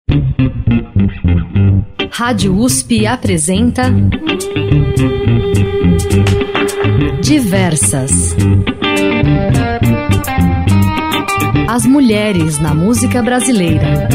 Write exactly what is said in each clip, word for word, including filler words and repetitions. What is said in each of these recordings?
Rádio U S P apresenta Diversas. As mulheres na música brasileira.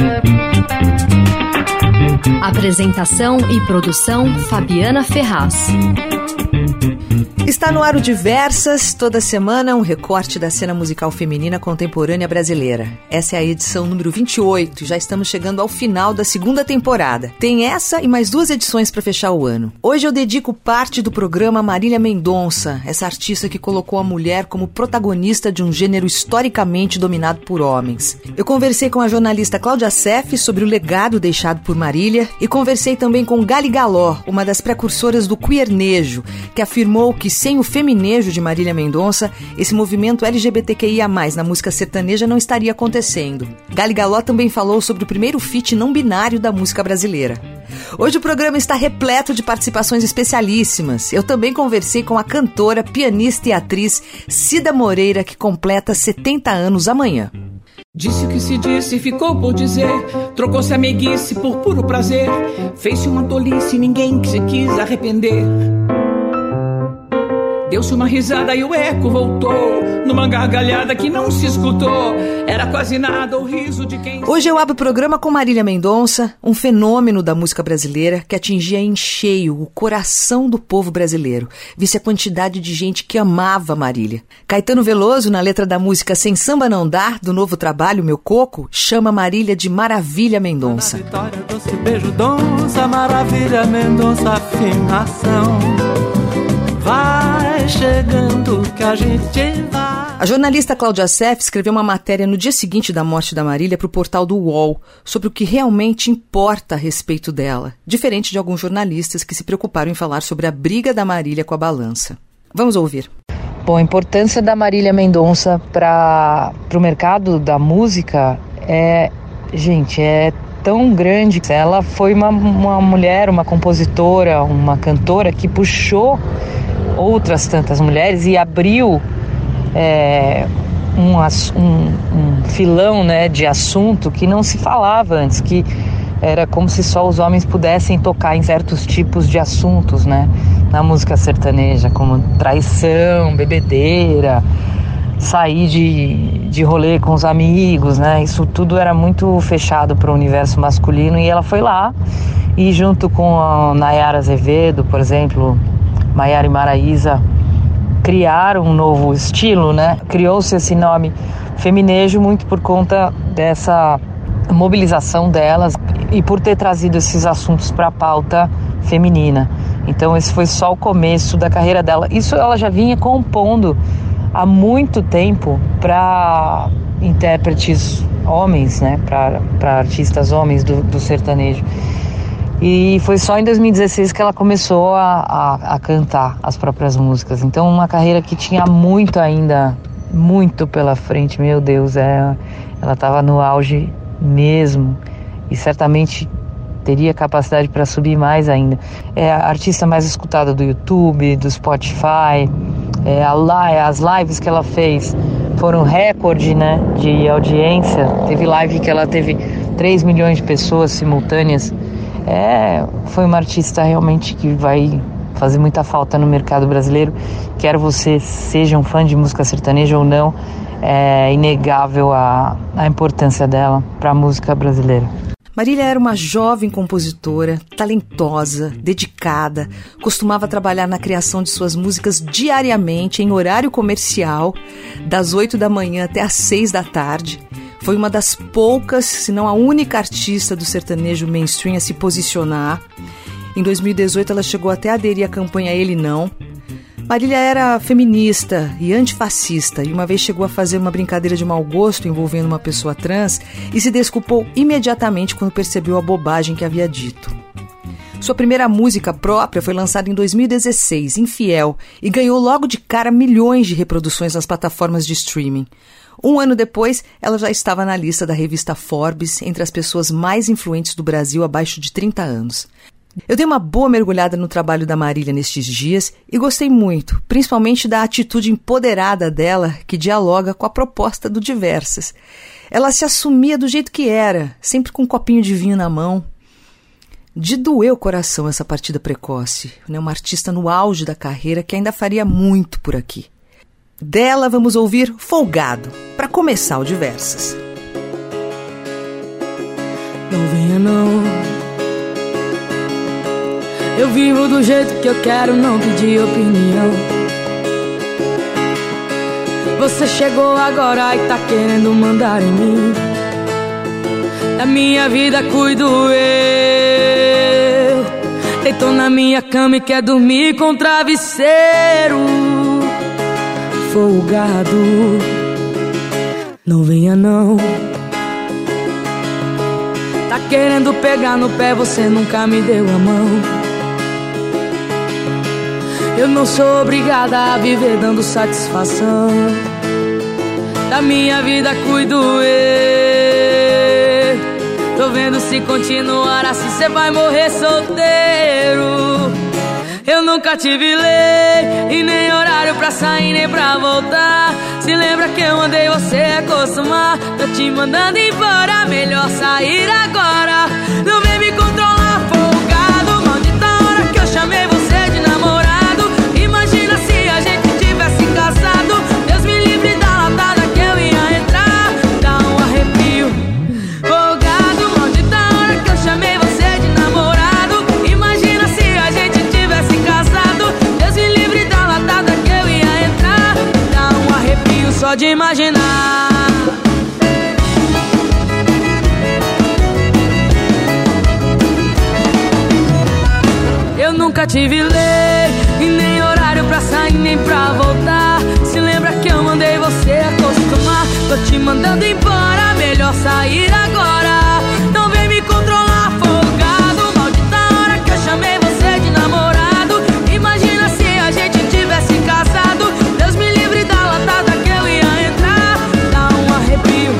Apresentação e produção Fabiana Ferraz. Está no ar o Diversas, toda semana um recorte da cena musical feminina contemporânea brasileira. Essa é a edição número vinte e oito e já estamos chegando ao final da segunda temporada. Tem essa e mais duas edições para fechar o ano. Hoje eu dedico parte do programa a Marília Mendonça, essa artista que colocou a mulher como protagonista de um gênero historicamente dominado por homens. Eu conversei com a jornalista Cláudia Seff sobre o legado deixado por Marília e conversei também com Gali Galó, uma das precursoras do queernejo, que afirmou que sem o feminejo de Marília Mendonça, esse movimento L G B T Q I A mais, na música sertaneja não estaria acontecendo. Gali Galó também falou sobre o primeiro feat não binário da música brasileira. Hoje o programa está repleto de participações especialíssimas. Eu também conversei com a cantora, pianista e atriz Cida Moreira, que completa setenta anos amanhã. Disse o que se disse e ficou por dizer. Trocou-se a meiguice por puro prazer. Fez-se uma tolice e ninguém que se quis arrepender. Deu-se uma risada e o eco voltou, numa gargalhada que não se escutou. Era quase nada o riso de quem... Hoje eu abro o programa com Marília Mendonça, um fenômeno da música brasileira que atingia em cheio o coração do povo brasileiro. Visse a quantidade de gente que amava Marília. Caetano Veloso, na letra da música Sem Samba Não Dá, do novo trabalho Meu Coco, chama Marília de Maravilha Mendonça. Vitória, doce beijo, donça, Maravilha Mendonça, afinação. Vai chegando que a gente vai. A jornalista Cláudia Seff escreveu uma matéria no dia seguinte da morte da Marília para o portal do U O L sobre o que realmente importa a respeito dela, diferente de alguns jornalistas que se preocuparam em falar sobre a briga da Marília com a balança. Vamos ouvir. Bom, a importância da Marília Mendonça para o mercado da música é, gente, é tão grande. Ela foi uma, uma mulher, uma compositora, uma cantora que puxou outras tantas mulheres e abriu é, um, um, um filão, né, de assunto que não se falava antes, que era como se só os homens pudessem tocar em certos tipos de assuntos, né, na música sertaneja, como traição, bebedeira, sair de, de rolê com os amigos, né, isso tudo era muito fechado para o universo masculino, e ela foi lá e junto com a Nayara Azevedo, por exemplo, Maiara e Maraísa, criaram um novo estilo, né? Criou-se esse nome feminejo muito por conta dessa mobilização delas e por ter trazido esses assuntos para a pauta feminina. Então esse foi só o começo da carreira dela. Isso ela já vinha compondo há muito tempo para intérpretes homens, né? Para artistas homens do, do sertanejo. E foi só em dois mil e dezesseis que ela começou a, a, a cantar as próprias músicas. Então uma carreira que tinha muito ainda, muito pela frente. Meu Deus, é, ela estava no auge mesmo. E certamente teria capacidade para subir mais ainda. É a artista mais escutada do YouTube, do Spotify. É a, as lives que ela fez foram recorde, né, de audiência. Teve live que ela teve três milhões de pessoas simultâneas. É, foi uma artista realmente que vai fazer muita falta no mercado brasileiro. Quer você seja um fã de música sertaneja ou não, é inegável a, a importância dela para a música brasileira. Marília era uma jovem compositora, talentosa, dedicada, costumava trabalhar na criação de suas músicas diariamente, em horário comercial, das oito da manhã até às seis da tarde. Foi uma das poucas, se não a única artista do sertanejo mainstream a se posicionar. Em dois mil e dezoito ela chegou até a aderir à campanha Ele Não. Marília era feminista e antifascista e uma vez chegou a fazer uma brincadeira de mau gosto envolvendo uma pessoa trans e se desculpou imediatamente quando percebeu a bobagem que havia dito. Sua primeira música própria foi lançada em dois mil e dezesseis, Infiel, e ganhou logo de cara milhões de reproduções nas plataformas de streaming. Um ano depois, ela já estava na lista da revista Forbes entre as pessoas mais influentes do Brasil abaixo de trinta anos. Eu dei uma boa mergulhada no trabalho da Marília nestes dias e gostei muito, principalmente da atitude empoderada dela que dialoga com a proposta do Diversas. Ela se assumia do jeito que era, sempre com um copinho de vinho na mão. De doer o coração essa partida precoce, né? Uma artista no auge da carreira que ainda faria muito por aqui. Dela vamos ouvir Folgado, para começar o Diversas. Não venha não, eu vivo do jeito que eu quero, não pedi opinião. Você chegou agora e tá querendo mandar em mim. Da minha vida cuido eu. Deitou na minha cama e quer dormir com travesseiro. Folgado, não venha não. Tá querendo pegar no pé, você nunca me deu a mão. Eu não sou obrigada a viver dando satisfação. Da minha vida cuido eu. Tô vendo se continuar assim cê vai morrer solteiro. Eu nunca tive lei e nem horário pra sair nem pra voltar. Se lembra que eu mandei você acostumar. Tô te mandando embora, melhor sair agora. Não vem me controlar, folgado. Maldita hora que eu chamei você de namorado. Imagina se a gente tivesse casado. Deus me livre da latada que eu ia entrar. Dá um arrepio, folgado. Maldita hora que eu chamei você de namorado. Imagina se a gente tivesse casado. Deus me livre da latada que eu ia entrar. Dá um arrepio só de imaginar. Eu nunca tive lei e nem horário pra sair nem pra voltar. Se lembra que eu mandei você acostumar. Tô te mandando embora, melhor sair agora. Não vem me controlar, folgado. Maldita hora que eu chamei você de namorado. Imagina se a gente tivesse casado. Deus me livre da latada que eu ia entrar. Dá um arrepio,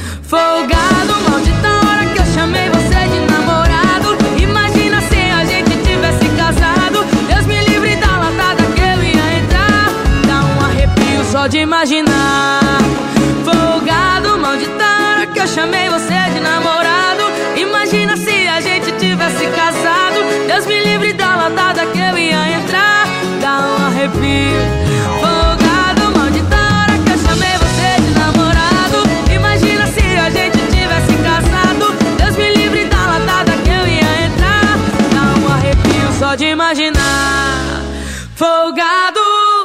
folgado. Maldita hora que eu chamei você de namorado. Imagina se a gente tivesse casado. Deus me livre da latada que eu ia entrar. Dá um arrepio só de imaginar. Folgado, maldita hora que eu chamei você de namorado. Imagina se a gente tivesse casado. Deus me livre da latada que eu ia entrar. Dá um arrepio, folgado, maldita hora que eu chamei você de namorado. Imagina se a gente tivesse casado. Deus me livre da latada que eu ia entrar. Dá um arrepio só de imaginar. Folgado.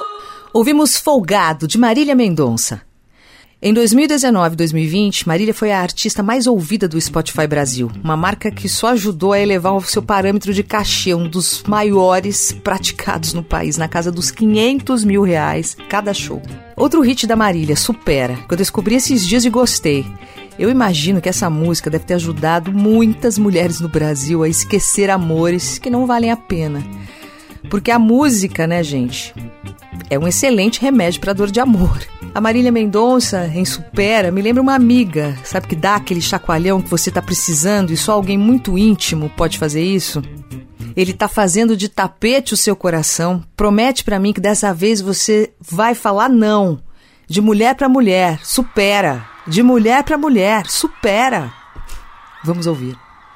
Ouvimos Folgado, de Marília Mendonça. Em dois mil e dezenove e dois mil e vinte, Marília foi a artista mais ouvida do Spotify Brasil, uma marca que só ajudou a elevar o seu parâmetro de cachê, um dos maiores praticados no país, na casa dos quinhentos mil reais cada show. Outro hit da Marília, Supera, que eu descobri esses dias e gostei. Eu imagino que essa música deve ter ajudado muitas mulheres no Brasil a esquecer amores que não valem a pena. Porque a música, né, gente, é um excelente remédio para dor de amor. A Marília Mendonça, em Supera, me lembra uma amiga, sabe, que dá aquele chacoalhão que você tá precisando e só alguém muito íntimo pode fazer isso? Ele tá fazendo de tapete o seu coração. Promete pra mim que dessa vez você vai falar não. De mulher pra mulher, supera. De mulher pra mulher, supera. Vamos ouvir.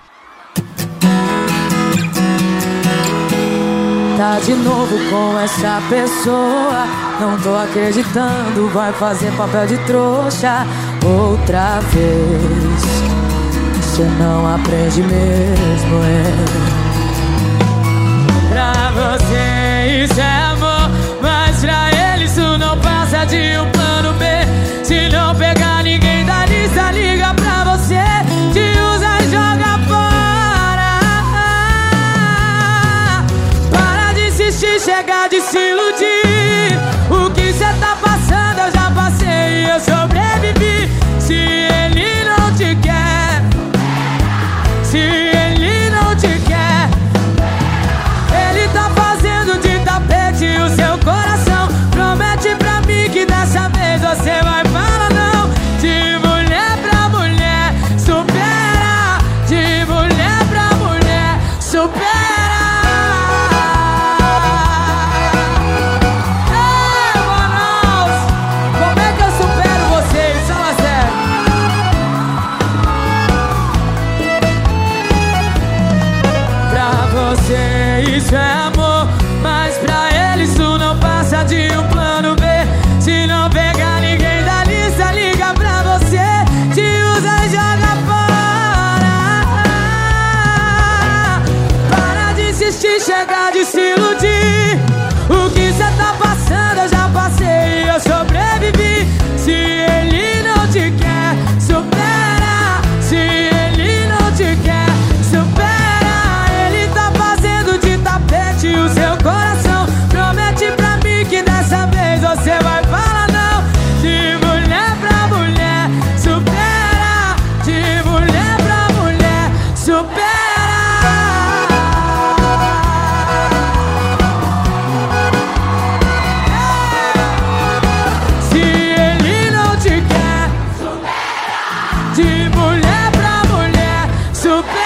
Tá de novo com essa pessoa, não tô acreditando, vai fazer papel de trouxa outra vez. Você não aprende mesmo, é. Pra você isso é amor, mas pra ele isso não passa de um plano B. Se não pegar ninguém da lista, liga pra você, te usa e joga fora. Chegar de se iludir. O que cê tá passando eu já passei e eu sobrevivi. Se ele não te quer, se ele não te quer, ele tá fazendo de tapete o seu coração. Promete pra mim que dessa vez você vai falar não. De mulher pra mulher, supera. De mulher pra mulher, supera. você, isso é amor. Mas pra ele isso não passa de um plano B. Se não pegar ninguém da lista, liga pra você, te usa e joga fora. Para de insistir, chega de se iludir. O que cê tá passando eu já passei e eu sobrevivi. Se ele não te quer, supera. Se ele não te quer, supera. Ele tá fazendo de tapete o seu coração. Promete pra mim que dessa vez você vai falar não. De mulher pra mulher, supera. De mulher pra mulher, supera. Se ele não te quer, supera. De mulher pra mulher, supera.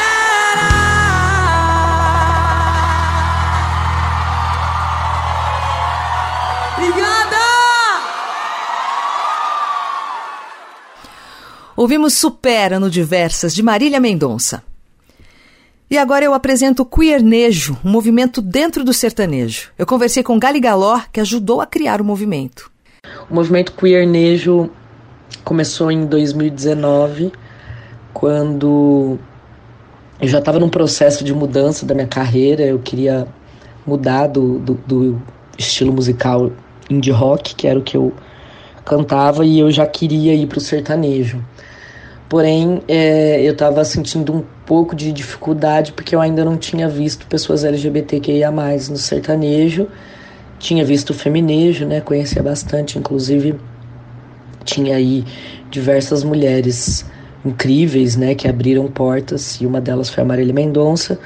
Obrigada! Ouvimos Supera no Diversas, de Marília Mendonça. E agora eu apresento o Queernejo, um movimento dentro do sertanejo. Eu conversei com Gali Galor, que ajudou a criar o movimento. O movimento Queernejo começou em dois mil e dezenove, quando eu já estava num processo de mudança da minha carreira. Eu queria mudar do, do, do estilo musical indie rock, que era o que eu cantava, e eu já queria ir para o sertanejo. Porém, é, eu estava sentindo um pouco de dificuldade, porque eu ainda não tinha visto pessoas L G B T Q I A mais, no sertanejo. Tinha visto o feminejo, né? Conhecia bastante, inclusive tinha aí diversas mulheres incríveis, né? Que abriram portas, e uma delas foi a Marília Mendonça.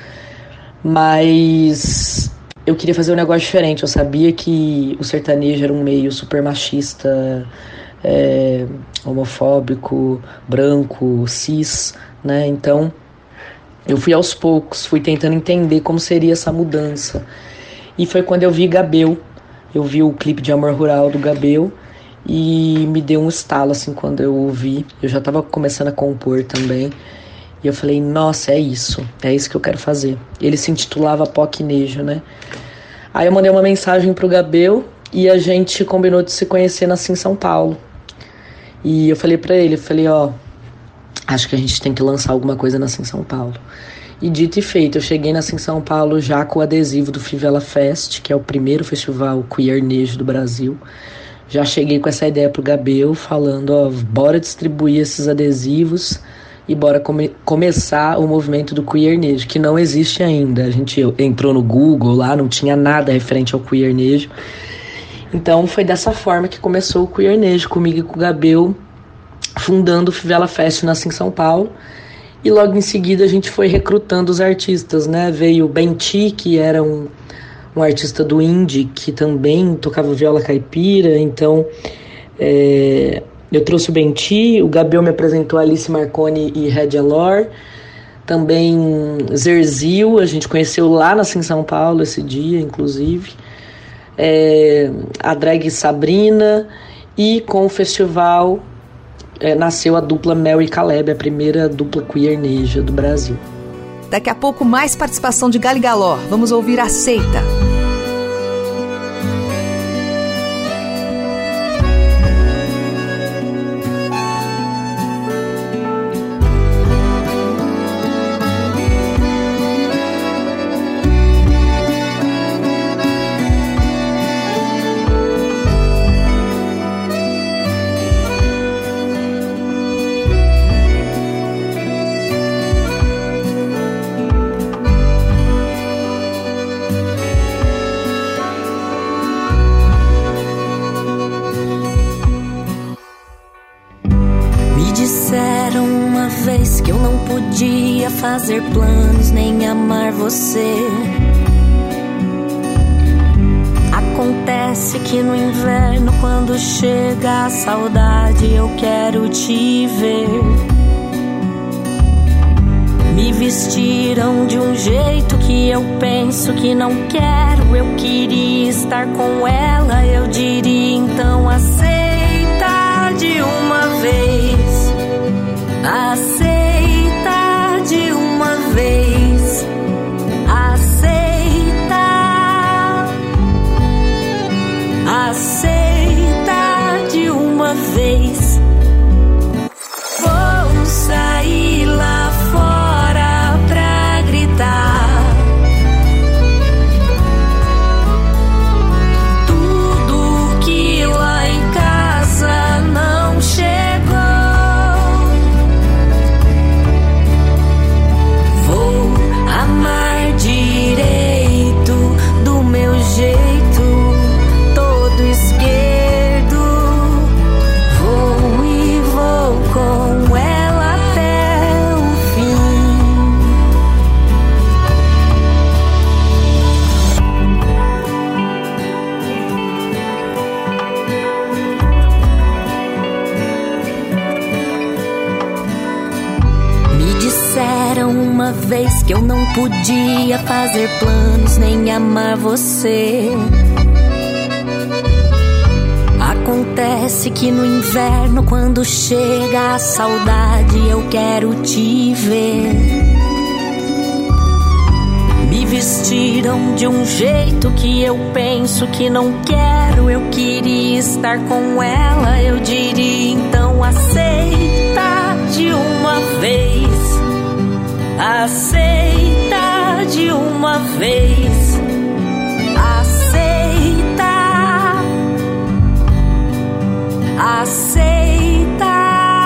Mas eu queria fazer um negócio diferente. Eu sabia que o sertanejo era um meio super machista, é, homofóbico, branco, cis, né? Então eu fui aos poucos, fui tentando entender como seria essa mudança. E foi quando eu vi Gabel, eu vi o clipe de Amor Rural do Gabel e me deu um estalo, assim, quando eu ouvi. Eu já estava começando a compor também, e eu falei, nossa, é isso, é isso que eu quero fazer. Ele se intitulava Pocnejo, né? Aí eu mandei uma mensagem pro Gabel e a gente combinou de se conhecer na Sim São Paulo. E eu falei pra ele, eu falei, ó, acho que a gente tem que lançar alguma coisa na Sim São Paulo. E dito e feito, eu cheguei na Sim São Paulo já com o adesivo do Fivela Fest, que é o primeiro festival queernejo do Brasil. Já cheguei com essa ideia pro Gabel, falando, ó, bora distribuir esses adesivos e bora come- começar o movimento do queernejo, que não existe ainda. A gente entrou no Google lá, não tinha nada referente ao queernejo. Então foi dessa forma que começou o queernejo, comigo e com o Gabel, fundando o Fivela Fest na Sim São Paulo. E logo em seguida a gente foi recrutando os artistas, né? Veio o Benti, que era um, um artista do indie, que também tocava viola caipira. Então é, eu trouxe o Benti, o Gabel me apresentou a Alice Marconi e Red Alor. Também Zerzil, a gente conheceu lá na Sim São Paulo esse dia, inclusive. É, a drag Sabrina, e com o festival É, nasceu a dupla Mel e Caleb, a primeira dupla queerneja do Brasil. Daqui a pouco, mais participação de Gali Galor. Vamos ouvir Aceita. Fazer planos, nem amar você. Acontece que no inverno, quando chega a saudade, eu quero te ver. Me vestiram de um jeito que eu penso que não quero. Eu queria estar com ela, eu diria então aceita de uma vez. Aceita de uma vez, aceita. vez que eu não podia fazer planos nem amar você. Acontece que no inverno, quando chega a saudade, eu quero te ver. Me vestiram de um jeito que eu penso que não quero. Eu queria estar com ela, eu diria então aceita de uma vez. Aceita de uma vez. Aceita. Aceita.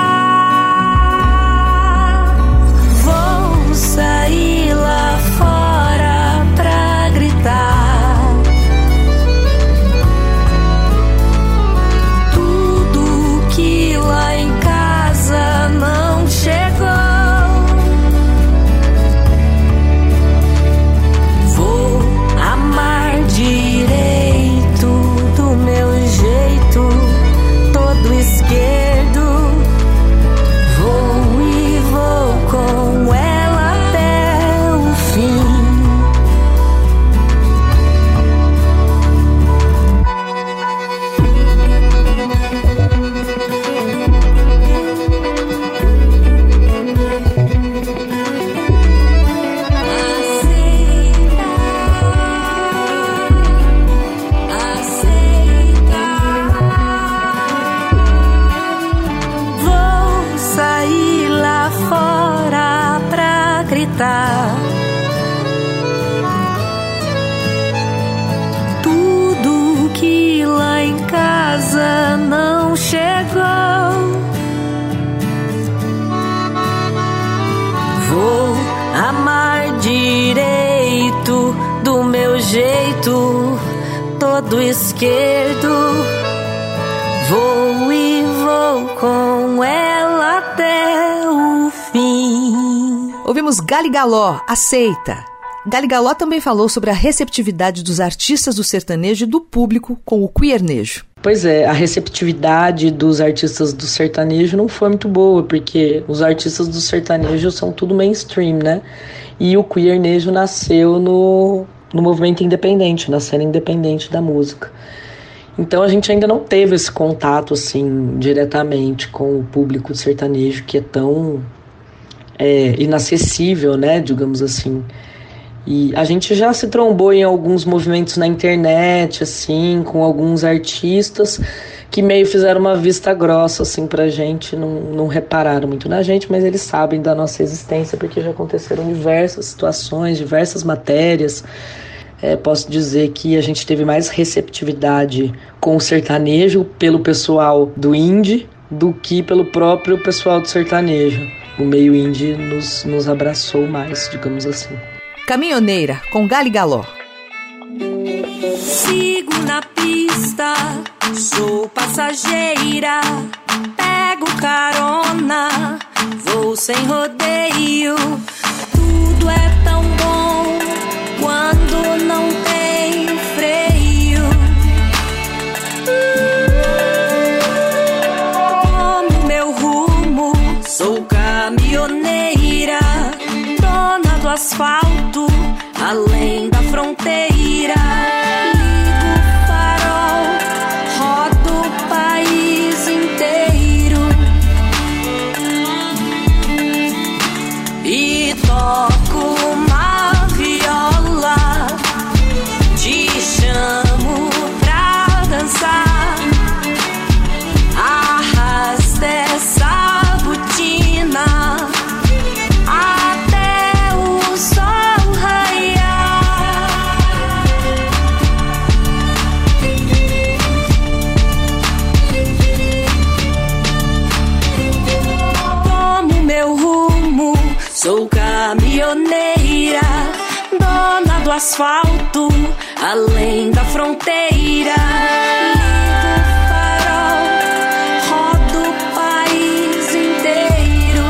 Vou sair lá fora pra gritar tudo que lá em casa não chegou. Vou amar direito do meu jeito, todo esquerdo. Vou e vou com ela até o fim. Tudo que lá em casa não chegou. Vou amar direito do meu jeito, todo esquerdo. Vou e vou com ela até o fim. Ouvimos Gali Galó, Aceita. Gali Galó também falou sobre a receptividade dos artistas do sertanejo e do público com o queernejo. Pois é, a receptividade dos artistas do sertanejo não foi muito boa, porque os artistas do sertanejo são tudo mainstream, né? E o queernejo nasceu no, no movimento independente, na cena independente da música. Então a gente ainda não teve esse contato, assim, diretamente com o público sertanejo, que é tão é, inacessível, né, digamos assim. E a gente já se trombou em alguns movimentos na internet, assim, com alguns artistas que meio fizeram uma vista grossa, assim, pra gente, não, não repararam muito na gente, mas eles sabem da nossa existência, porque já aconteceram diversas situações, diversas matérias. É, posso dizer que a gente teve mais receptividade com o sertanejo pelo pessoal do indie do que pelo próprio pessoal do sertanejo. O meio indie nos, nos abraçou mais, digamos assim. Caminhoneira, com Gali Galó. Sigo na pista, sou passageira, pego carona, vou sem rodeio. Tudo é tão bom quando não tem freio. Tomo meu rumo, sou caminhoneira, dona do asfalto, além da fronteira. Ligo o farol, rodo o país inteiro e toco uma viola. Te chamo pra dançar, arrasta essa botina até o sol raiar. Tomo meu rumo, sou caminhoneira, dona do asfalto, além da fronteira. Ligo o farol, rodo o país inteiro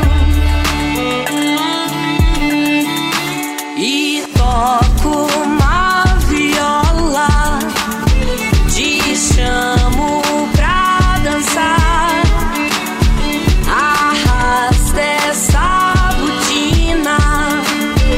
e toco uma viola. Te chamo pra dançar, arrasta essa botina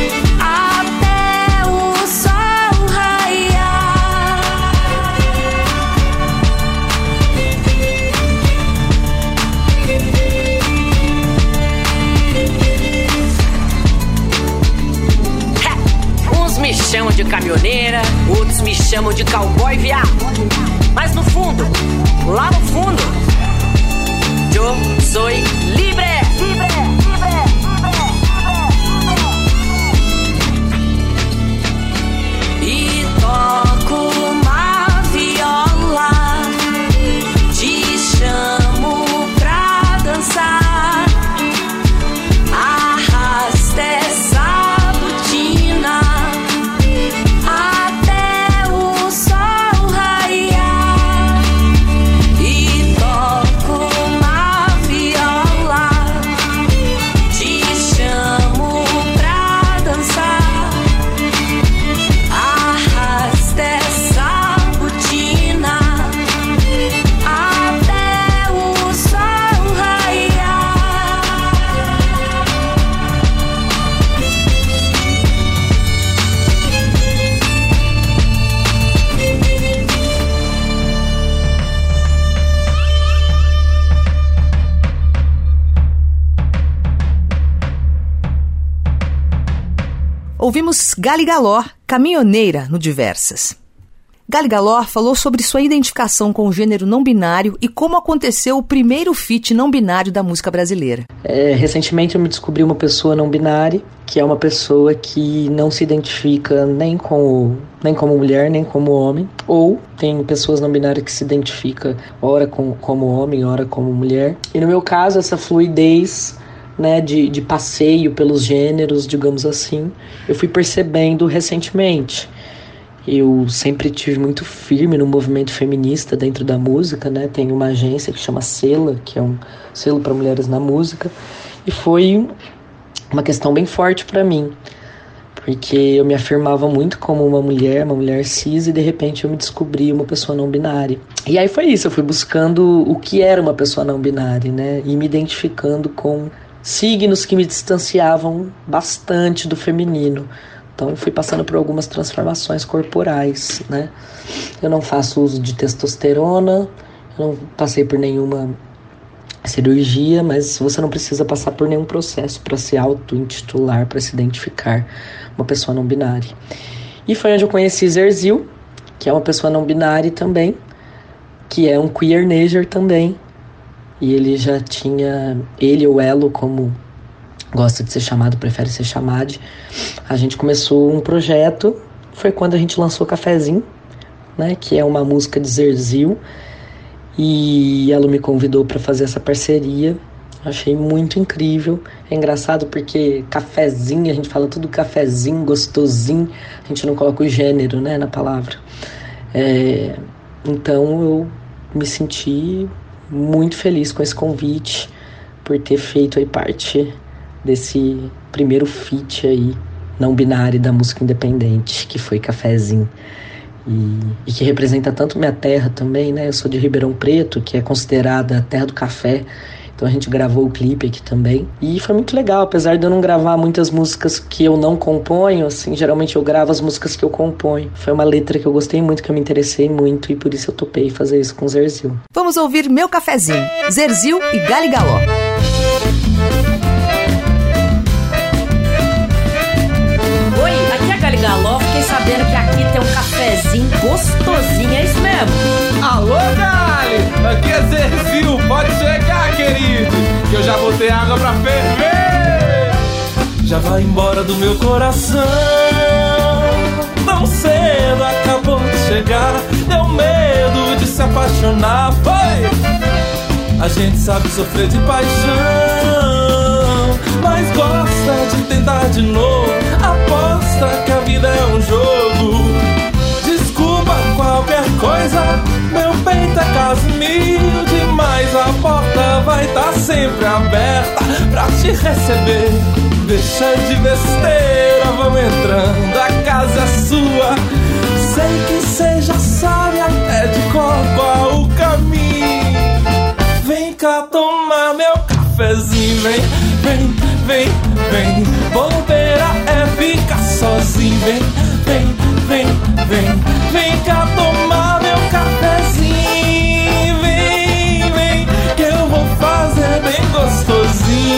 chamam de caminhoneira, outros me chamam de cowboy viado. Mas no fundo, lá no fundo, eu sou livre, livre, livre, livre. E toco uma viola, te chamo pra dançar. Arrasta essa botina até o sol raiar. E toco uma viola, te chamo pra dançar. Arrasta essa botina até o sol raiar. Ouvimos Gali Galor, Caminhoneira, no Diversas. Gali Galor falou sobre sua identificação com o gênero não binário e como aconteceu o primeiro feat não binário da música brasileira. É, recentemente eu me descobri uma pessoa não binária, que é uma pessoa que não se identifica nem como, nem como mulher, nem como homem. Ou tem pessoas não binárias que se identificam ora com, como homem, ora como mulher. E no meu caso, essa fluidez, né, de, de passeio pelos gêneros, digamos assim, eu fui percebendo recentemente. Eu sempre tive muito firme no movimento feminista dentro da música, né? Tem uma agência que chama Sela, que é um selo para mulheres na música, e foi uma questão bem forte para mim, porque eu me afirmava muito como uma mulher, uma mulher cis, e de repente eu me descobri uma pessoa não binária. E aí foi isso, eu fui buscando o que era uma pessoa não binária, né? E me identificando com signos que me distanciavam bastante do feminino. Então eu fui passando por algumas transformações corporais, né? Eu não faço uso de testosterona, eu não passei por nenhuma cirurgia, mas você não precisa passar por nenhum processo para se auto-intitular, para se identificar uma pessoa não binária. E foi onde eu conheci Zerzil, que é uma pessoa não binária também, que é um queernager também. E ele já tinha, ele ou elo, como gosta de ser chamado, prefere ser chamado. A gente começou um projeto, foi quando a gente lançou Cafezinho, né, que é uma música de Zerzil, e ela me convidou para fazer essa parceria. Achei muito incrível. É engraçado porque cafezinho, a gente fala tudo cafezinho, gostosinho, a gente não coloca o gênero, né, na palavra. É, então eu me senti muito feliz com esse convite, por ter feito aí parte desse primeiro feat aí, não binário da música independente, que foi Cafezinho. E, e que representa tanto minha terra também, né? Eu sou de Ribeirão Preto, que é considerada a terra do café. Então a gente gravou o clipe aqui também. E foi muito legal, apesar de eu não gravar muitas músicas que eu não componho, assim, geralmente eu gravo as músicas que eu componho. Foi uma letra que eu gostei muito, que eu me interessei muito, e por isso eu topei fazer isso com Zerzil. Vamos ouvir Meu Cafezinho, Zerzil e Gali Galor. Oi, aqui é a Gali Galor. Fiquei sabendo que aqui tem um cafezinho gostosinho, é isso mesmo? Alô, Gali! Aqui é Zerzil, pode chegar, querido, que eu já botei água pra ferver. Já vai embora do meu coração, tão cedo acabou de chegar. Deu medo de se apaixonar, foi! A gente sabe sofrer de paixão, mas gosta de tentar de novo. Aposta que a vida é um jogo. Desculpa qualquer coisa, meu peito é casimiro demais. A porta vai estar sempre aberta pra te receber. Deixa de besteira, vamos entrando, a casa é sua. Sei que cê já sabe até de cor qual o caminho. Vem cá tomar meu cafezinho, vem, vem, vem, vem. Bobeira é ficar sozinho, vem, vem, vem, vem. Vem cá tomar meu cafezinho, vem, vem, que eu vou fazer bem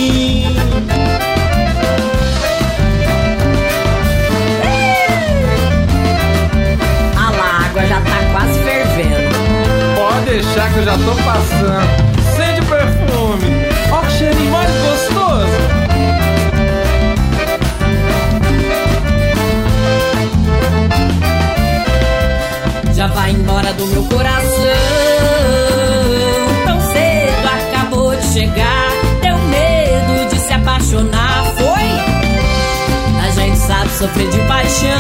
gostosinho. que eu já tô passando. Sente perfume. Ó que cheirinho mais gostoso. Já vai embora do meu coração. Tão cedo acabou de chegar. Deu medo de se apaixonar, foi? A gente sabe sofrer de paixão,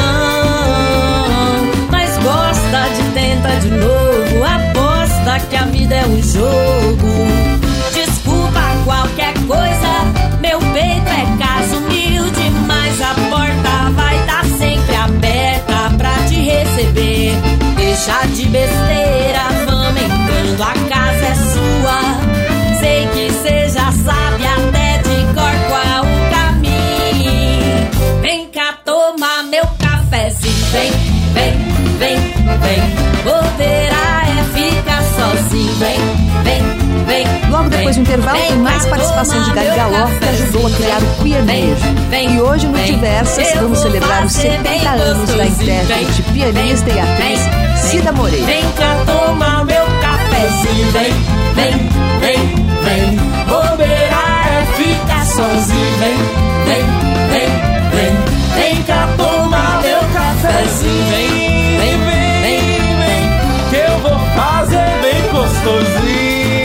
mas gosta de tentar de novo. Aposta que a vida é um jogo. Desculpa qualquer coisa, meu peito é casa humilde, mas a porta vai estar sempre aberta pra te receber. Deixa de besteira, vamos entrando, a casa é sua. Sei que cê já sabe até de cor qual o caminho. Vem cá tomar meu cafezinho, vem, vem, vem, vem. Bobeira é ficar sozinho, vem, vem, vem. Logo depois do intervalo tem mais participação de Gali Galó, que ajudou a criar o Queer Nejo. E hoje no Diversas vamos celebrar os setenta anos da intérprete, pianista e atriz Cida Moreira. Vem cá tomar meu cafezinho, vem, vem, vem, vem. Bobeira é ficar sozinho, vem, vem, vem, vem. Vem cá tomar meu cafezinho, vem, vem, vem, vem. Que eu vou fazer bem gostosinho.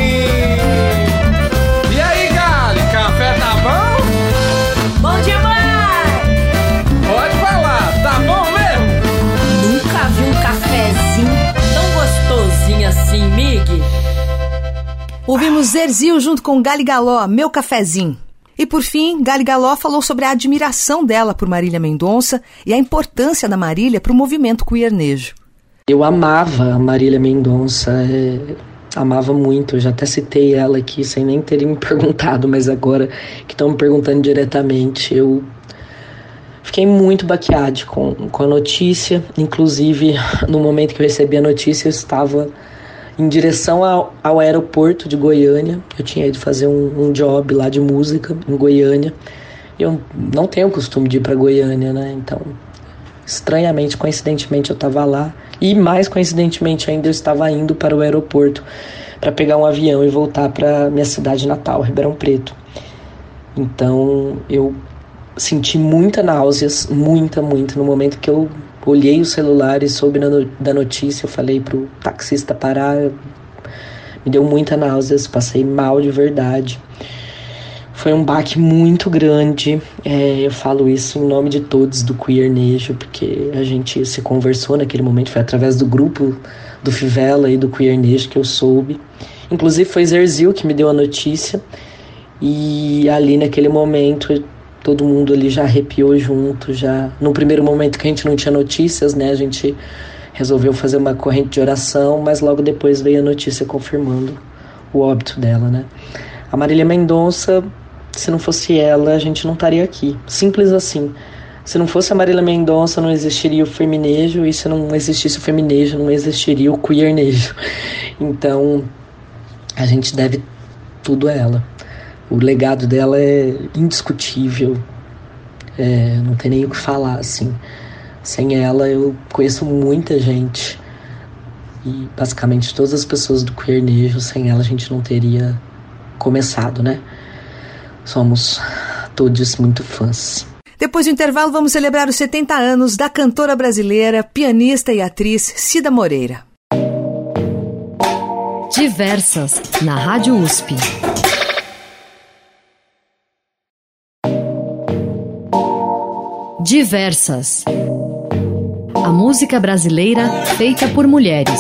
E aí, Gali, café tá bom? Bom demais! Pode falar, tá bom mesmo? Nunca vi um cafezinho tão gostosinho assim, Mig. Ouvimos Zerzil junto com Gali Galó, Meu Cafezinho. E por fim, Gali Galó falou sobre a admiração dela por Marília Mendonça e a importância da Marília para o movimento queernejo. Eu amava a Marília Mendonça, é, amava muito, eu já até citei ela aqui sem nem terem me perguntado, mas agora que estão me perguntando diretamente, eu fiquei muito baqueada com, com a notícia. Inclusive, no momento que eu recebi a notícia, eu estava em direção ao, ao aeroporto de Goiânia. Eu tinha ido fazer um, um job lá de música em Goiânia. Eu não tenho o costume de ir para Goiânia, né? Então, estranhamente, coincidentemente, eu estava lá. E mais coincidentemente ainda, eu estava indo para o aeroporto para pegar um avião e voltar para minha cidade natal, Ribeirão Preto. Então, eu senti muita náuseas, muita, muita. No momento que eu olhei o celular e soube no, da notícia, eu falei pro taxista parar, me deu muita náuseas, passei mal de verdade. Foi um baque muito grande, é, eu falo isso em nome de todos do Queernejo, porque a gente se conversou naquele momento, foi através do grupo do Fivela e do Queernejo que eu soube. Inclusive foi Zerzil que me deu a notícia, e ali naquele momento todo mundo ali já arrepiou junto, já no primeiro momento que a gente não tinha notícias, né, a gente resolveu fazer uma corrente de oração, mas logo depois veio a notícia confirmando o óbito dela, né. A Marília Mendonça, se não fosse ela, a gente não estaria aqui, simples assim. Se não fosse a Marília Mendonça, não existiria o feminejo, e se não existisse o feminejo, não existiria o queernejo. Então, a gente deve tudo a ela. O legado dela é indiscutível, é, não tem nem o que falar, assim. Sem ela, eu conheço muita gente, e basicamente todas as pessoas do Queernejo, sem ela a gente não teria começado, né? Somos todos muito fãs. Depois do intervalo, vamos celebrar os setenta anos da cantora brasileira, pianista e atriz Cida Moreira. Diversas, na Rádio U S P. Diversas. A música brasileira feita por mulheres.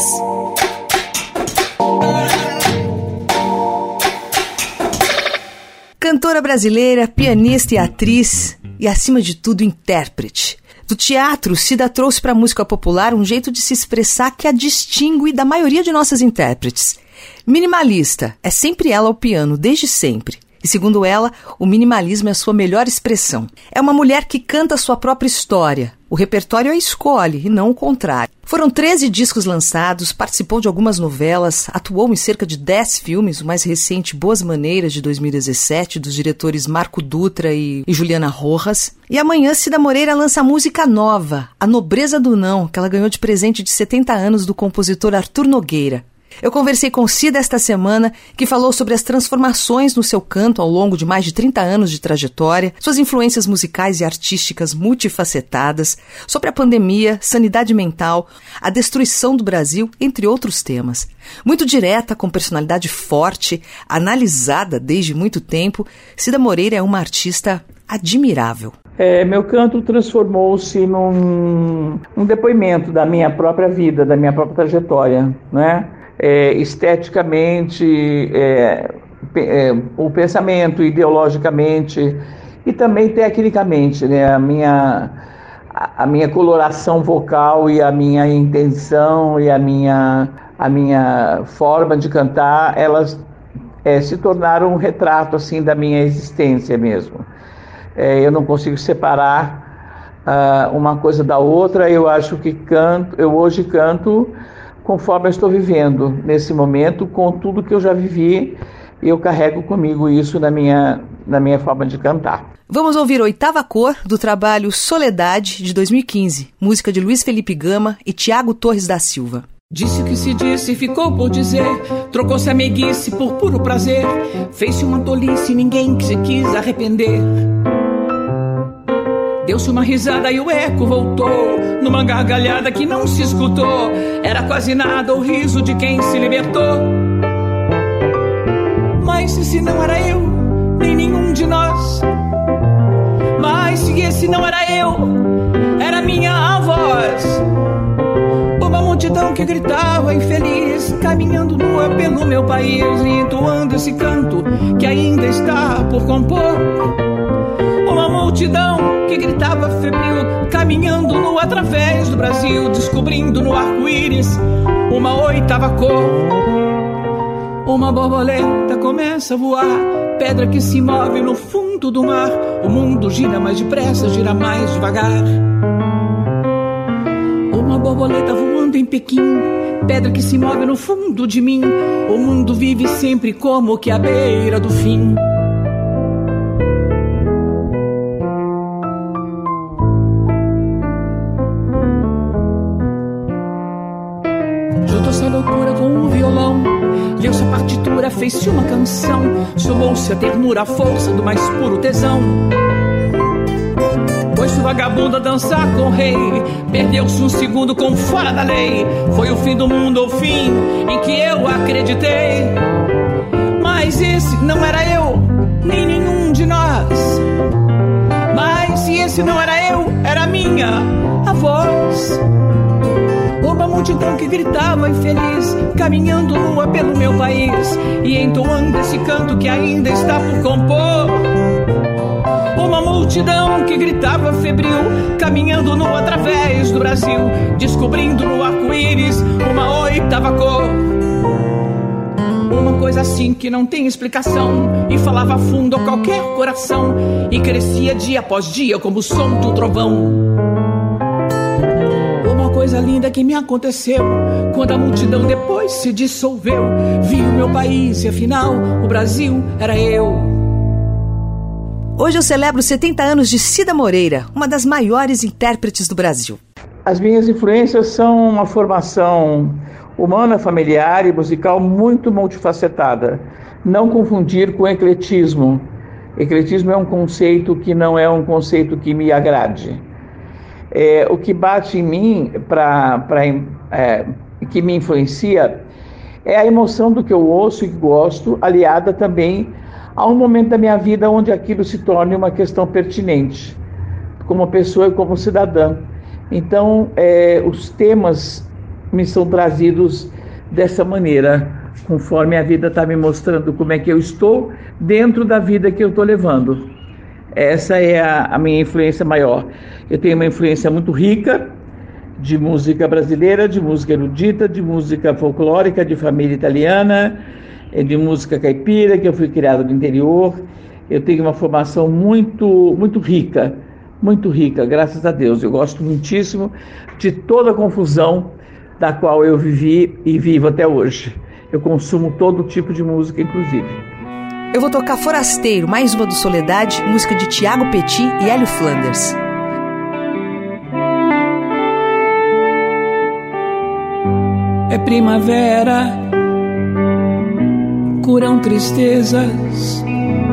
Cantora brasileira, pianista e atriz, e acima de tudo intérprete. Do teatro, Cida trouxe para a música popular um jeito de se expressar que a distingue da maioria de nossas intérpretes. Minimalista, é sempre ela ao piano, desde sempre. E segundo ela, o minimalismo é a sua melhor expressão. É uma mulher que canta a sua própria história. O repertório a escolhe, e não o contrário. Foram treze discos lançados, participou de algumas novelas, atuou em cerca de dez filmes, o mais recente Boas Maneiras, de dois mil e dezessete, dos diretores Marco Dutra e, e Juliana Rojas. E amanhã, Cida Moreira lança música nova, A Nobreza do Não, que ela ganhou de presente de setenta anos do compositor Arthur Nogueira. Eu conversei com Cida esta semana, que falou sobre as transformações no seu canto ao longo de mais de trinta anos de trajetória, suas influências musicais e artísticas multifacetadas, sobre a pandemia, sanidade mental, a destruição do Brasil, entre outros temas. Muito direta, com personalidade forte, analisada desde muito tempo, Cida Moreira é uma artista admirável. É, meu canto transformou-se num um depoimento da minha própria vida, da minha própria trajetória, né? É, esteticamente, é, é, o pensamento, ideologicamente e também tecnicamente, né? A minha, a, a minha coloração vocal e a minha intenção e a minha, a minha forma de cantar, elas é, se tornaram um retrato assim, da minha existência mesmo. É, eu não consigo separar uh, uma coisa da outra. Eu acho que canto, eu hoje canto conforme eu estou vivendo nesse momento, com tudo que eu já vivi, e eu carrego comigo isso na minha, na minha forma de cantar. Vamos ouvir Oitava Cor, do trabalho Soledade, de dois mil e quinze, música de Luiz Felipe Gama e Tiago Torres da Silva. Disse o que se disse e ficou por dizer, trocou-se a meiguice por puro prazer, fez-se uma tolice e ninguém que se quis arrepender. Deu-se uma risada e o eco voltou, numa gargalhada que não se escutou. Era quase nada o riso de quem se libertou. Mas se não era eu, nem nenhum de nós. Mas se esse não era eu, era minha voz. Uma multidão que gritava infeliz, caminhando nua pelo meu país e entoando esse canto que ainda está por compor. Uma multidão que gritava febril, caminhando no através do Brasil, descobrindo no arco-íris uma oitava cor. Uma borboleta começa a voar, pedra que se move no fundo do mar. O mundo gira mais depressa, gira mais devagar. Uma borboleta voando em Pequim, pedra que se move no fundo de mim. O mundo vive sempre como que à beira do fim. Juntou-se a loucura com o violão, leu-se a partitura, fez-se uma canção, somou-se a ternura, a força do mais puro tesão. Pôs-se o vagabundo a dançar com o rei, perdeu-se um segundo com fora da lei. Foi o fim do mundo, o fim em que eu acreditei. Mas esse não era eu, nem nenhum de nós. Mas se esse não era eu, era minha a voz. Uma multidão que gritava infeliz, caminhando nua pelo meu país e entoando esse canto que ainda está por compor. Uma multidão que gritava febril, caminhando nua através do Brasil, descobrindo no arco-íris uma oitava cor. Uma coisa assim que não tem explicação e falava fundo a qualquer coração e crescia dia após dia como o som do trovão. Coisa linda que me aconteceu quando a multidão depois se dissolveu. Vi o meu país e afinal o Brasil era eu. Hoje eu celebro setenta anos de Cida Moreira, uma das maiores intérpretes do Brasil. As minhas influências são uma formação humana, familiar e musical muito multifacetada. Não confundir com ecletismo. Ecletismo é um conceito que não é um conceito que me agrade. É, o que bate em mim, pra, pra, é, que me influencia, é a emoção do que eu ouço e gosto, aliada também a um momento da minha vida onde aquilo se torne uma questão pertinente, como pessoa e como cidadã. Então, é, os temas me são trazidos dessa maneira, conforme a vida está me mostrando como é que eu estou dentro da vida que eu estou levando. Essa é a, a minha influência maior. Eu tenho uma influência muito rica de música brasileira, de música erudita, de música folclórica, de família italiana, de música caipira, que eu fui criado no interior. Eu tenho uma formação muito, muito rica, muito rica, graças a Deus. Eu gosto muitíssimo de toda a confusão da qual eu vivi e vivo até hoje. Eu consumo todo tipo de música, inclusive. Eu vou tocar Forasteiro, mais uma do Soledade, música de Tiago Petit e Hélio Flanders. É primavera curam tristezas.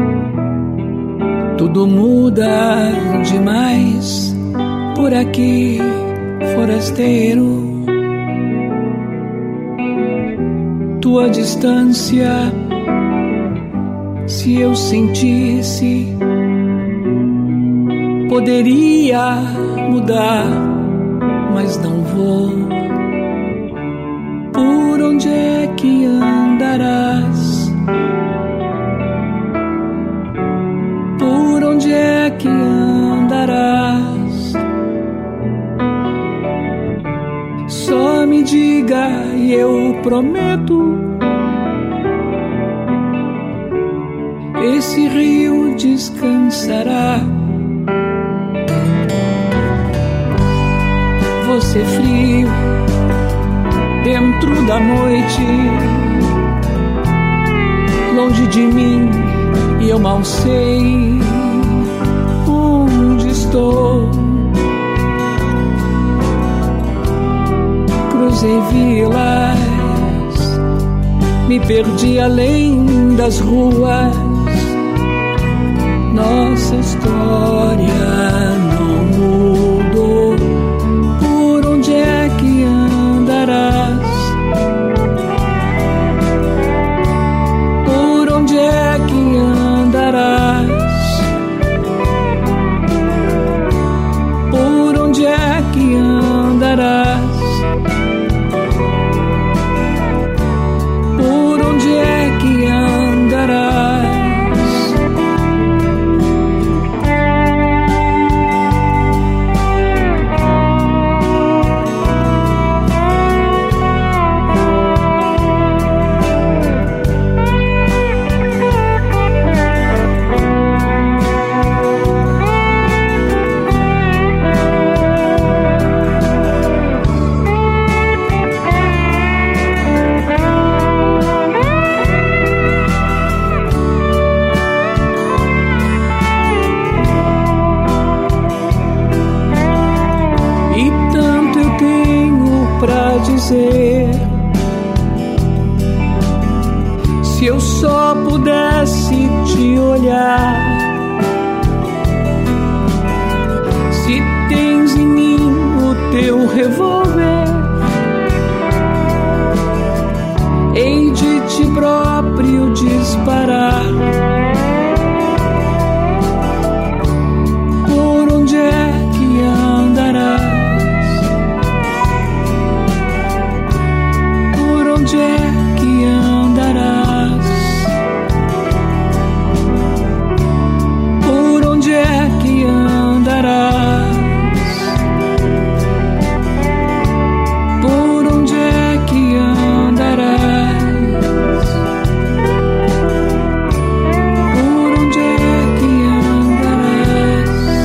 Tudo muda demais por aqui, forasteiro. Tua distância, se eu sentisse, poderia mudar, mas não vou. Por onde é que andarás? Por onde é que andarás? Só me diga e eu prometo. Esse rio descansará. Você frio dentro da noite, longe de mim, e eu mal sei onde estou. Cruzei vilas, me perdi além das ruas. Nossa história não mudou. Por onde é que andarás? Por onde é que andarás? Por onde é que andarás? Por onde é que andarás? Se eu só pudesse te olhar, se tens em mim o teu revólver, hei de ti próprio disparar. Por onde é que andarás? Onde é que andarás? Por onde é que andarás? Por onde é que andarás? Por onde é que andarás?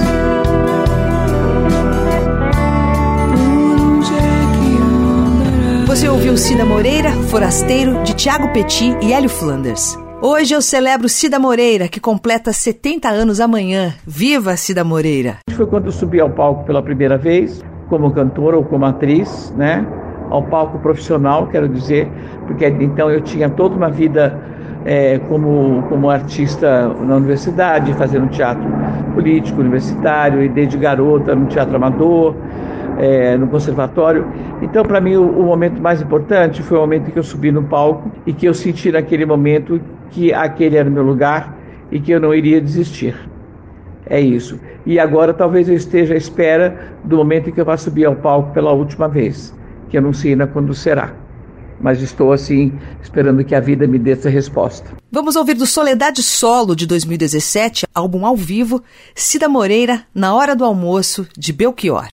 Por onde é que andarás? Você ouviu Cida Moreira, Forasteiro, de Thiago Petit e Hélio Flanders. Hoje eu celebro Cida Moreira, que completa setenta anos amanhã. Viva Cida Moreira! Foi quando eu subi ao palco pela primeira vez, como cantora ou como atriz, né? Ao palco profissional, quero dizer, porque então eu tinha toda uma vida é, como, como artista na universidade, fazendo teatro político universitário, e desde garota no teatro amador, É, no conservatório. Então, para mim, o, o momento mais importante foi o momento em que eu subi no palco e que eu senti naquele momento que aquele era o meu lugar e que eu não iria desistir. É isso. E agora talvez eu esteja à espera do momento em que eu vá subir ao palco pela última vez, que eu não sei ainda quando será. Mas estou, assim, esperando que a vida me dê essa resposta. Vamos ouvir do Soledade Solo, de dois mil e dezessete, álbum ao vivo, Cida Moreira, Na Hora do Almoço, de Belchior.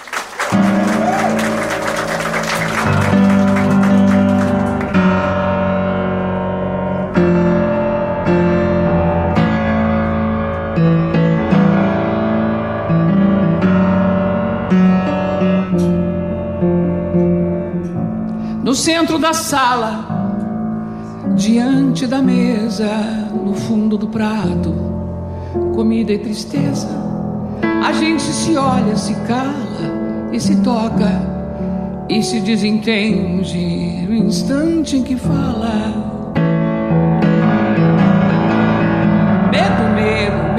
No centro da sala, diante da mesa, no fundo do prato, comida e tristeza. A gente se olha, se cala e se toca e se desentende no instante em que fala.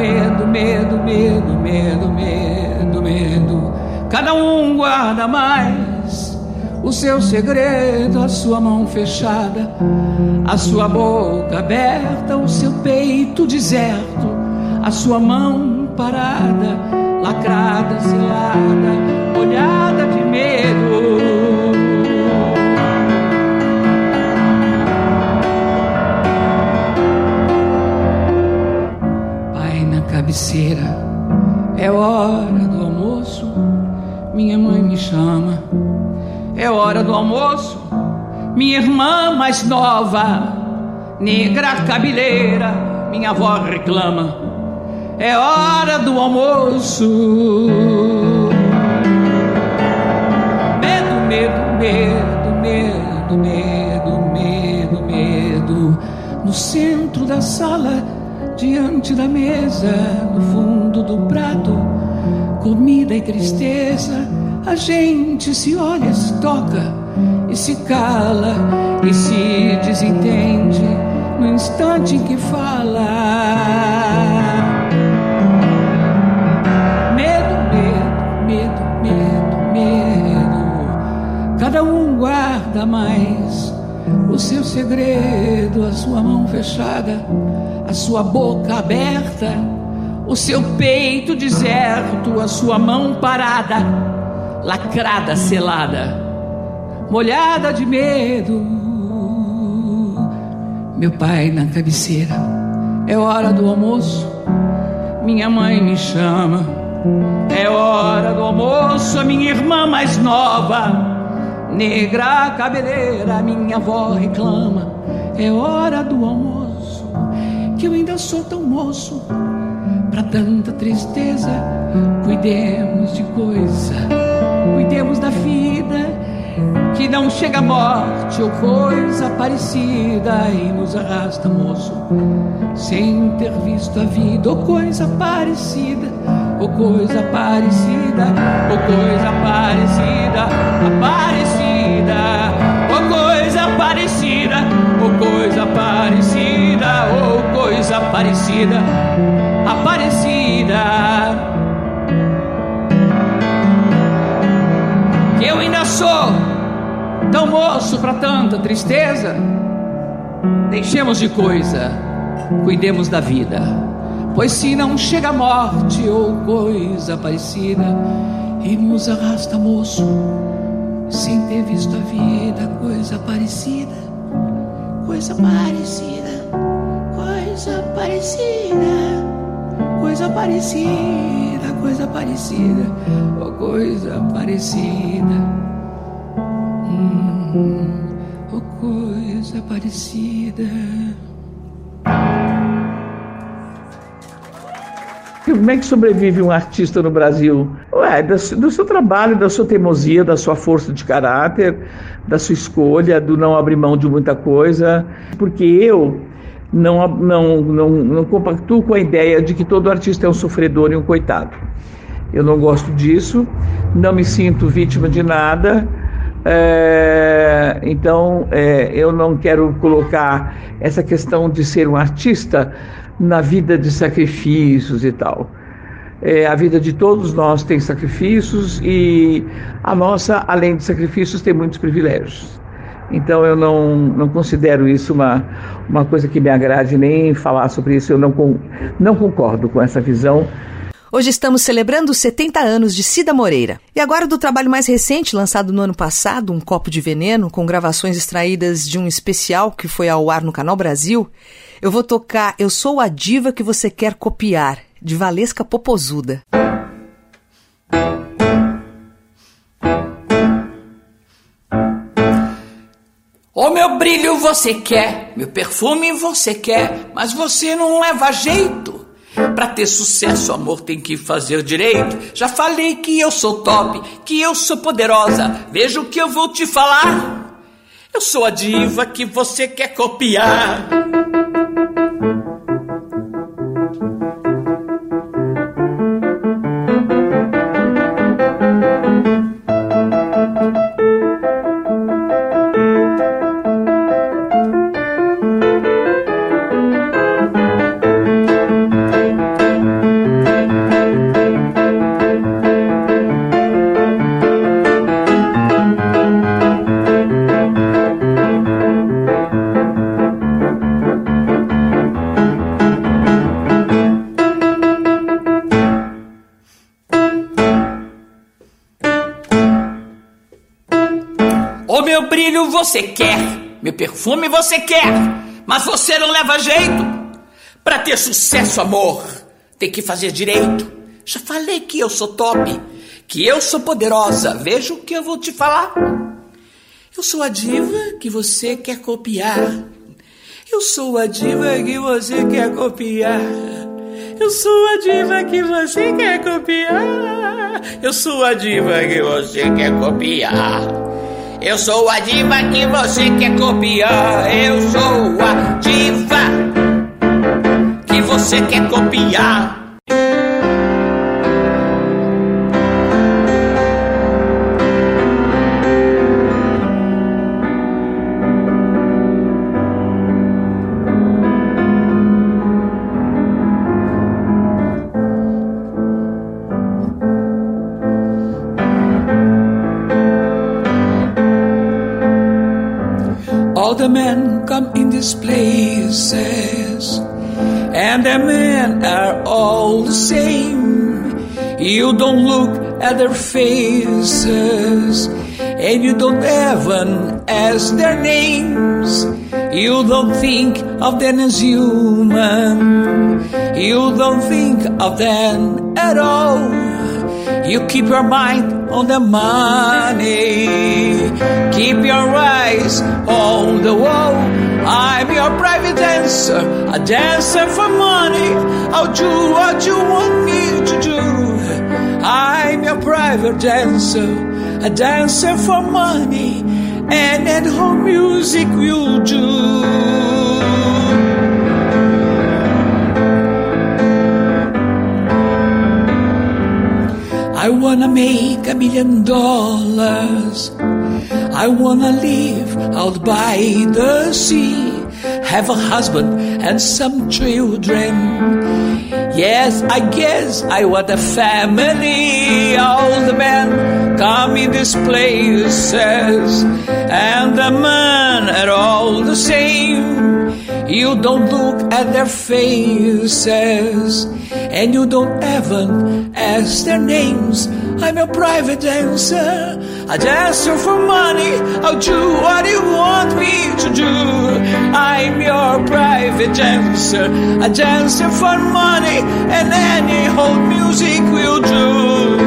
medo, medo, medo, medo, medo, medo. Cada um guarda mais o seu segredo, a sua mão fechada, a sua boca aberta, o seu peito deserto, a sua mão parada, lacrada, selada, molhada de medo. Cabeceira, é hora do almoço, minha mãe me chama. É hora do almoço, minha irmã mais nova, negra cabeleira, minha avó reclama. É hora do almoço. Medo, medo, medo, medo, medo, medo, medo. No centro da sala, diante da mesa, no fundo do prato, comida e tristeza. A gente se olha, se toca e se cala e se desentende no instante em que fala. Medo, medo, medo, medo, medo. Cada um guarda mais o seu segredo, a sua mão fechada, a sua boca aberta, o seu peito deserto, a sua mão parada, lacrada, selada, molhada de medo. Meu pai na cabeceira, é hora do almoço, minha mãe me chama. É hora do almoço, a minha irmã mais nova, negra cabeleira, minha avó reclama. É hora do almoço, que eu ainda sou tão moço pra tanta tristeza. Cuidemos de coisa, cuidemos da vida, que não chega a morte ou coisa parecida e nos arrasta, moço, sem ter visto a vida ou coisa parecida, ou coisa parecida, ou coisa parecida, aparecida, ou coisa parecida, ou coisa parecida, ou coisa parecida, aparecida. Que eu ainda sou tão moço pra tanta tristeza. Deixemos de coisa, cuidemos da vida, pois se não chega a morte ou coisa parecida e nos arrasta, moço, sem ter visto a vida, coisa parecida, coisa parecida, coisa parecida, coisa parecida, coisa parecida, ou coisa parecida, hum, ou coisa parecida. Como é que sobrevive um artista no Brasil? Ué, do, do seu trabalho, da sua teimosia, da sua força de caráter, da sua escolha, do não abrir mão de muita coisa. Porque eu não, não, não, não compactuo com a ideia de que todo artista é um sofredor e um coitado. Eu não gosto disso, não me sinto vítima de nada. É, então, é, eu não quero colocar essa questão de ser um artista na vida de sacrifícios e tal. É, a vida de todos nós tem sacrifícios e a nossa, além de sacrifícios, tem muitos privilégios. Então eu não, não considero isso uma, uma coisa que me agrade, nem falar sobre isso. Eu não, não concordo com essa visão. Hoje estamos celebrando os setenta anos de Cida Moreira. E agora do trabalho mais recente, lançado no ano passado, Um Copo de Veneno, com gravações extraídas de um especial que foi ao ar no Canal Brasil, eu vou tocar Eu Sou a Diva que Você Quer Copiar, de Valesca Popozuda. O meu brilho você quer, meu perfume você quer, mas você não leva jeito. Pra ter sucesso, amor, tem que fazer direito. Já falei que eu sou top, que eu sou poderosa. Veja o que eu vou te falar. Eu sou a diva que você quer copiar. O meu brilho você quer, meu perfume você quer, mas você não leva jeito. Pra ter sucesso, amor, tem que fazer direito. Já falei que eu sou top, que eu sou poderosa. Veja o que eu vou te falar. Eu sou a diva que você quer copiar. Eu sou a diva que você quer copiar. Eu sou a diva que você quer copiar. Eu sou a diva que você quer copiar. Eu sou a diva que você quer copiar. Eu sou a diva que você quer copiar. All the men come in these places, and the men are all the same. You don't look at their faces, and you don't even ask their names. You don't think of them as human. You don't think of them at all. You keep your mind on the money. Keep your eyes on the wall. I'm your private dancer, a dancer for money. I'll do what you want me to do. I'm your private dancer, a dancer for money. And at home music will do. I wanna make a million dollars. I wanna live out by the sea. Have a husband and some children. Yes, I guess I want a family. All the men come in these places, and the men are all the same. You don't look at their faces, and you don't even ask their names. I'm a private dancer, a dancer for money. I'll do what you want me to do. I'm your private dancer, a dancer for money, and any old music will do.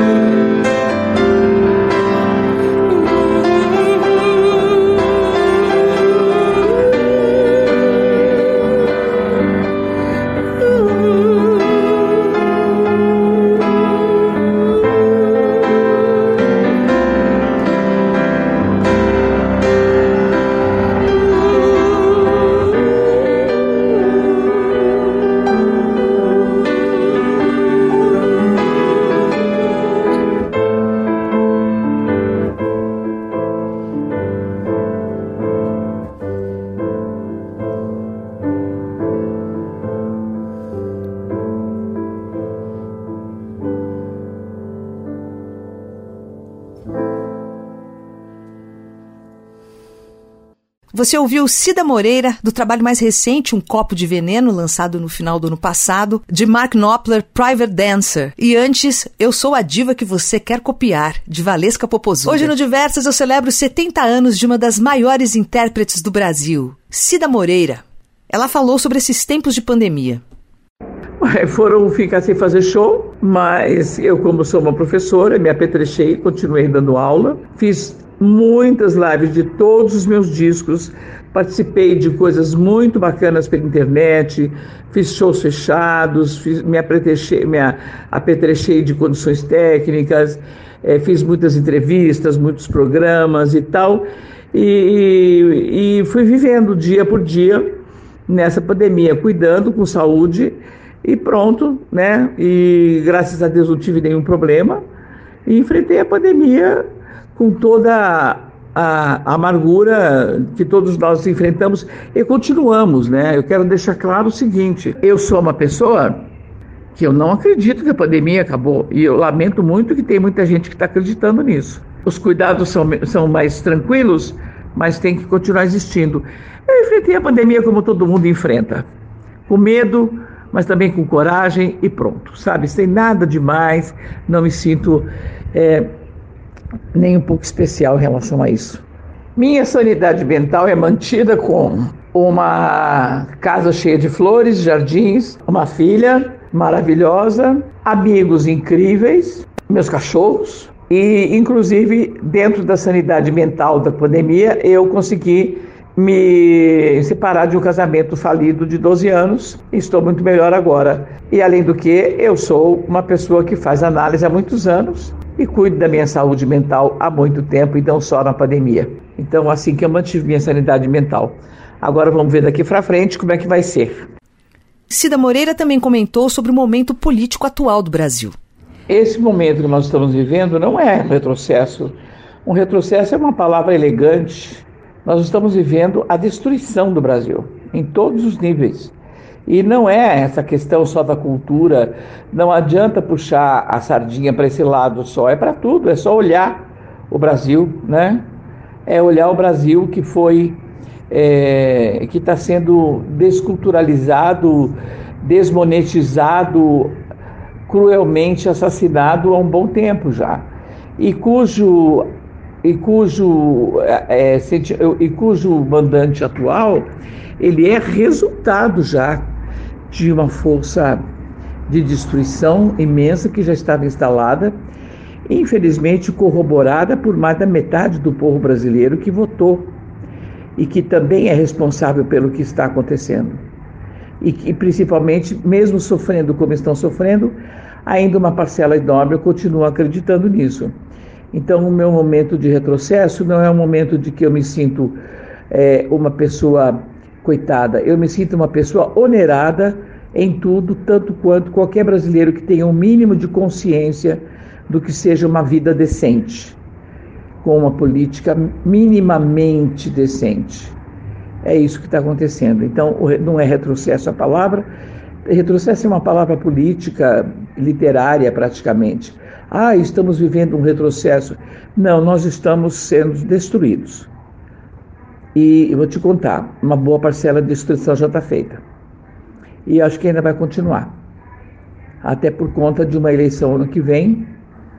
Você ouviu Cida Moreira, do trabalho mais recente, Um Copo de Veneno, lançado no final do ano passado, de Mark Knopfler, Private Dancer. E antes, Eu Sou a Diva que Você Quer Copiar, de Valesca Popozuda. Hoje no Diversas eu celebro setenta anos de uma das maiores intérpretes do Brasil, Cida Moreira. Ela falou sobre esses tempos de pandemia. Foram ficar sem fazer show, mas eu, como sou uma professora, me apetrechei, continuei dando aula, fiz muitas lives de todos os meus discos, participei de coisas muito bacanas pela internet, fiz shows fechados, fiz, me, apetrechei, me apetrechei de condições técnicas, é, fiz muitas entrevistas, muitos programas e tal, e, e fui vivendo dia por dia nessa pandemia, cuidando com saúde e pronto, né? E graças a Deus não tive nenhum problema e enfrentei a pandemia com toda a, a amargura que todos nós enfrentamos e continuamos, né? Eu quero deixar claro o seguinte, eu sou uma pessoa que eu não acredito que a pandemia acabou e eu lamento muito que tem muita gente que está acreditando nisso. Os cuidados são, são mais tranquilos, mas tem que continuar existindo. Eu enfrentei a pandemia como todo mundo enfrenta, com medo, mas também com coragem e pronto, sabe? Sem nada demais, não me sinto... É, nem um pouco especial em relação a isso. Minha sanidade mental é mantida com uma casa cheia de flores, jardins, uma filha maravilhosa, amigos incríveis, meus cachorros e, inclusive, dentro da sanidade mental da pandemia, eu consegui me separar de um casamento falido de doze anos e estou muito melhor agora. E, além do que, eu sou uma pessoa que faz análise há muitos anos e cuido da minha saúde mental há muito tempo e não só na pandemia. Então, assim que eu mantive minha sanidade mental. Agora vamos ver daqui para frente como é que vai ser. Cida Moreira também comentou sobre o momento político atual do Brasil. Esse momento que nós estamos vivendo não é um retrocesso. Um retrocesso é uma palavra elegante. Nós estamos vivendo a destruição do Brasil, em todos os níveis. E não é essa questão só da cultura, não adianta puxar a sardinha para esse lado só, é para tudo, é só olhar o Brasil, né? É olhar o Brasil que foi, é, que está sendo desculturalizado, desmonetizado, cruelmente assassinado há um bom tempo já, e cujo... E cujo, é, e cujo mandante atual, ele é resultado já de uma força de destruição imensa que já estava instalada, infelizmente corroborada por mais da metade do povo brasileiro que votou e que também é responsável pelo que está acontecendo. E que, principalmente, mesmo sofrendo como estão sofrendo, ainda uma parcela enorme continua acreditando nisso. Então, o meu momento de retrocesso não é um momento de que eu me sinto é, uma pessoa coitada. Eu me sinto uma pessoa onerada em tudo, tanto quanto qualquer brasileiro que tenha um mínimo de consciência do que seja uma vida decente, com uma política minimamente decente. É isso que está acontecendo. Então, não é retrocesso a palavra. Retrocesso é uma palavra política, literária praticamente. Ah, estamos vivendo um retrocesso. Não, nós estamos sendo destruídos. E eu vou te contar, uma boa parcela de destruição já está feita. E acho que ainda vai continuar. Até por conta de uma eleição ano que vem,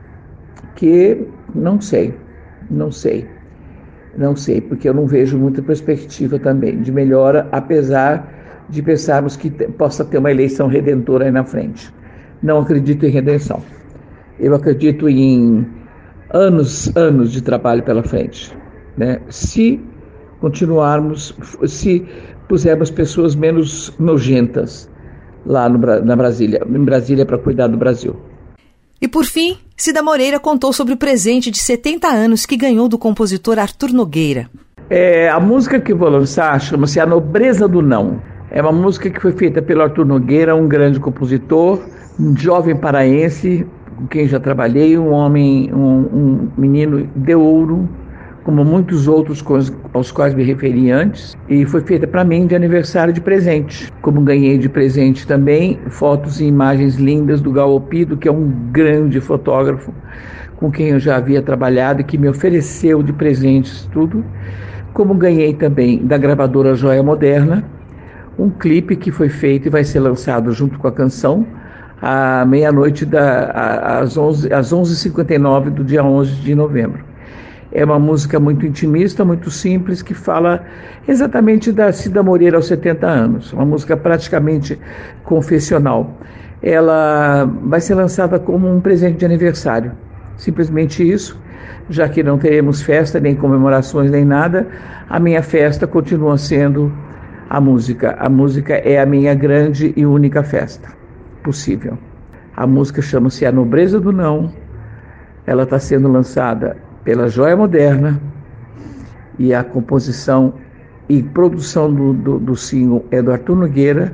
que não sei, não sei. Não sei, porque eu não vejo muita perspectiva também de melhora, apesar de pensarmos que te, possa ter uma eleição redentora aí na frente. Não acredito em redenção. Eu acredito em anos, anos de trabalho pela frente, né? Se continuarmos, se pusermos pessoas menos nojentas lá no, na Brasília, em Brasília para cuidar do Brasil. E por fim, Cida Moreira contou sobre o presente de setenta anos que ganhou do compositor Arthur Nogueira. É, a música que vou lançar chama-se A Nobreza do Não. É uma música que foi feita pelo Arthur Nogueira, um grande compositor, um jovem paraense, com quem já trabalhei, um homem, um, um menino de ouro, como muitos outros aos quais me referi antes, e foi feita para mim de aniversário de presente. Como ganhei de presente também fotos e imagens lindas do Gal Opido, que é um grande fotógrafo com quem eu já havia trabalhado e que me ofereceu de presentes tudo. Como ganhei também da gravadora Joia Moderna, um clipe que foi feito e vai ser lançado junto com a canção, à meia-noite, da, às onze e cinquenta e nove do dia onze de novembro. É uma música muito intimista, muito simples, que fala exatamente da Cida Moreira aos setenta anos, uma música praticamente confessional. Ela vai ser lançada como um presente de aniversário, simplesmente isso, já que não teremos festa, nem comemorações, nem nada, a minha festa continua sendo a música. A música é a minha grande e única festa possível. A música chama-se A Nobreza do Não. Ela está sendo lançada pela Joia Moderna e a composição e produção do, do, do single é do Arthur Nogueira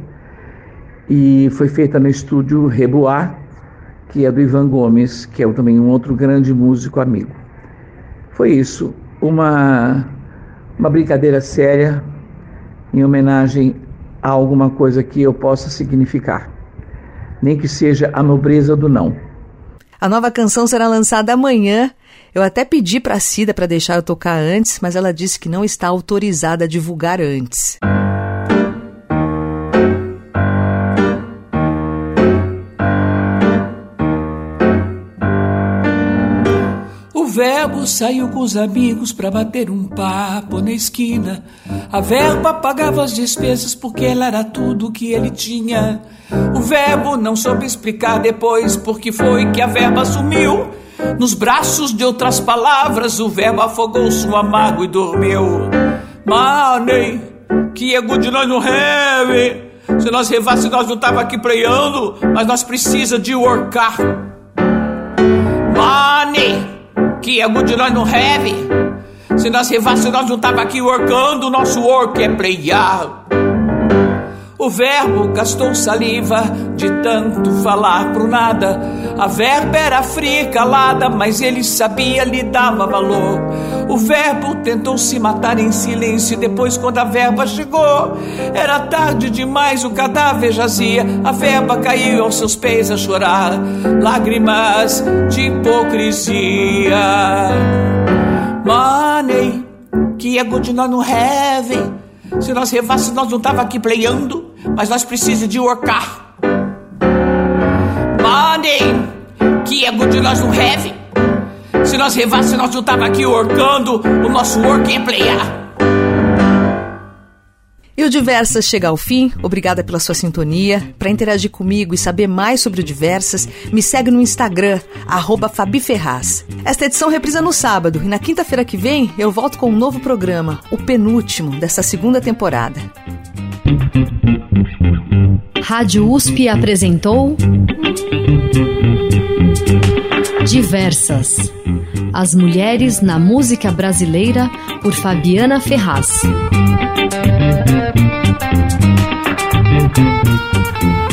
e foi feita no estúdio Reboá, que é do Ivan Gomes, que é também um outro grande músico amigo. Foi isso, uma, uma brincadeira séria em homenagem a alguma coisa que eu possa significar, nem que seja a nobreza do não. A nova canção será lançada amanhã. Eu até pedi para a Cida para deixar eu tocar antes, mas ela disse que não está autorizada a divulgar antes. O verbo saiu com os amigos pra bater um papo na esquina. A verba pagava as despesas porque ela era tudo que ele tinha. O verbo não soube explicar depois porque foi que a verba sumiu. Nos braços de outras palavras o verbo afogou sua mágoa e dormiu. Money, que é good nós não have. Se nós revasse nós não tava aqui playando, mas nós precisa de workar. Money, que é good nós não have. Se nós revasse nós não tava aqui workando, nosso work é playar. O verbo gastou saliva de tanto falar pro nada. A verba era fria e calada, mas ele sabia, lhe dava valor. O verbo tentou se matar em silêncio e depois quando a verba chegou, era tarde demais, o cadáver jazia. A verba caiu aos seus pés a chorar, lágrimas de hipocrisia. Money, que é good nós não have. Se nós revasse nós não tava aqui playando, mas nós precisamos de workar. Money, que é good nós não have. Se nós revasse nós não tava aqui workando, o nosso work é playar. E o Diversas chega ao fim. Obrigada pela sua sintonia. Para interagir comigo e saber mais sobre o Diversas, me segue no Instagram, arroba Fabi Ferraz. Esta edição reprisa no sábado e na quinta-feira que vem eu volto com um novo programa, o penúltimo dessa segunda temporada. Rádio U S P apresentou Diversas. As mulheres na música brasileira, por Fabiana Ferraz.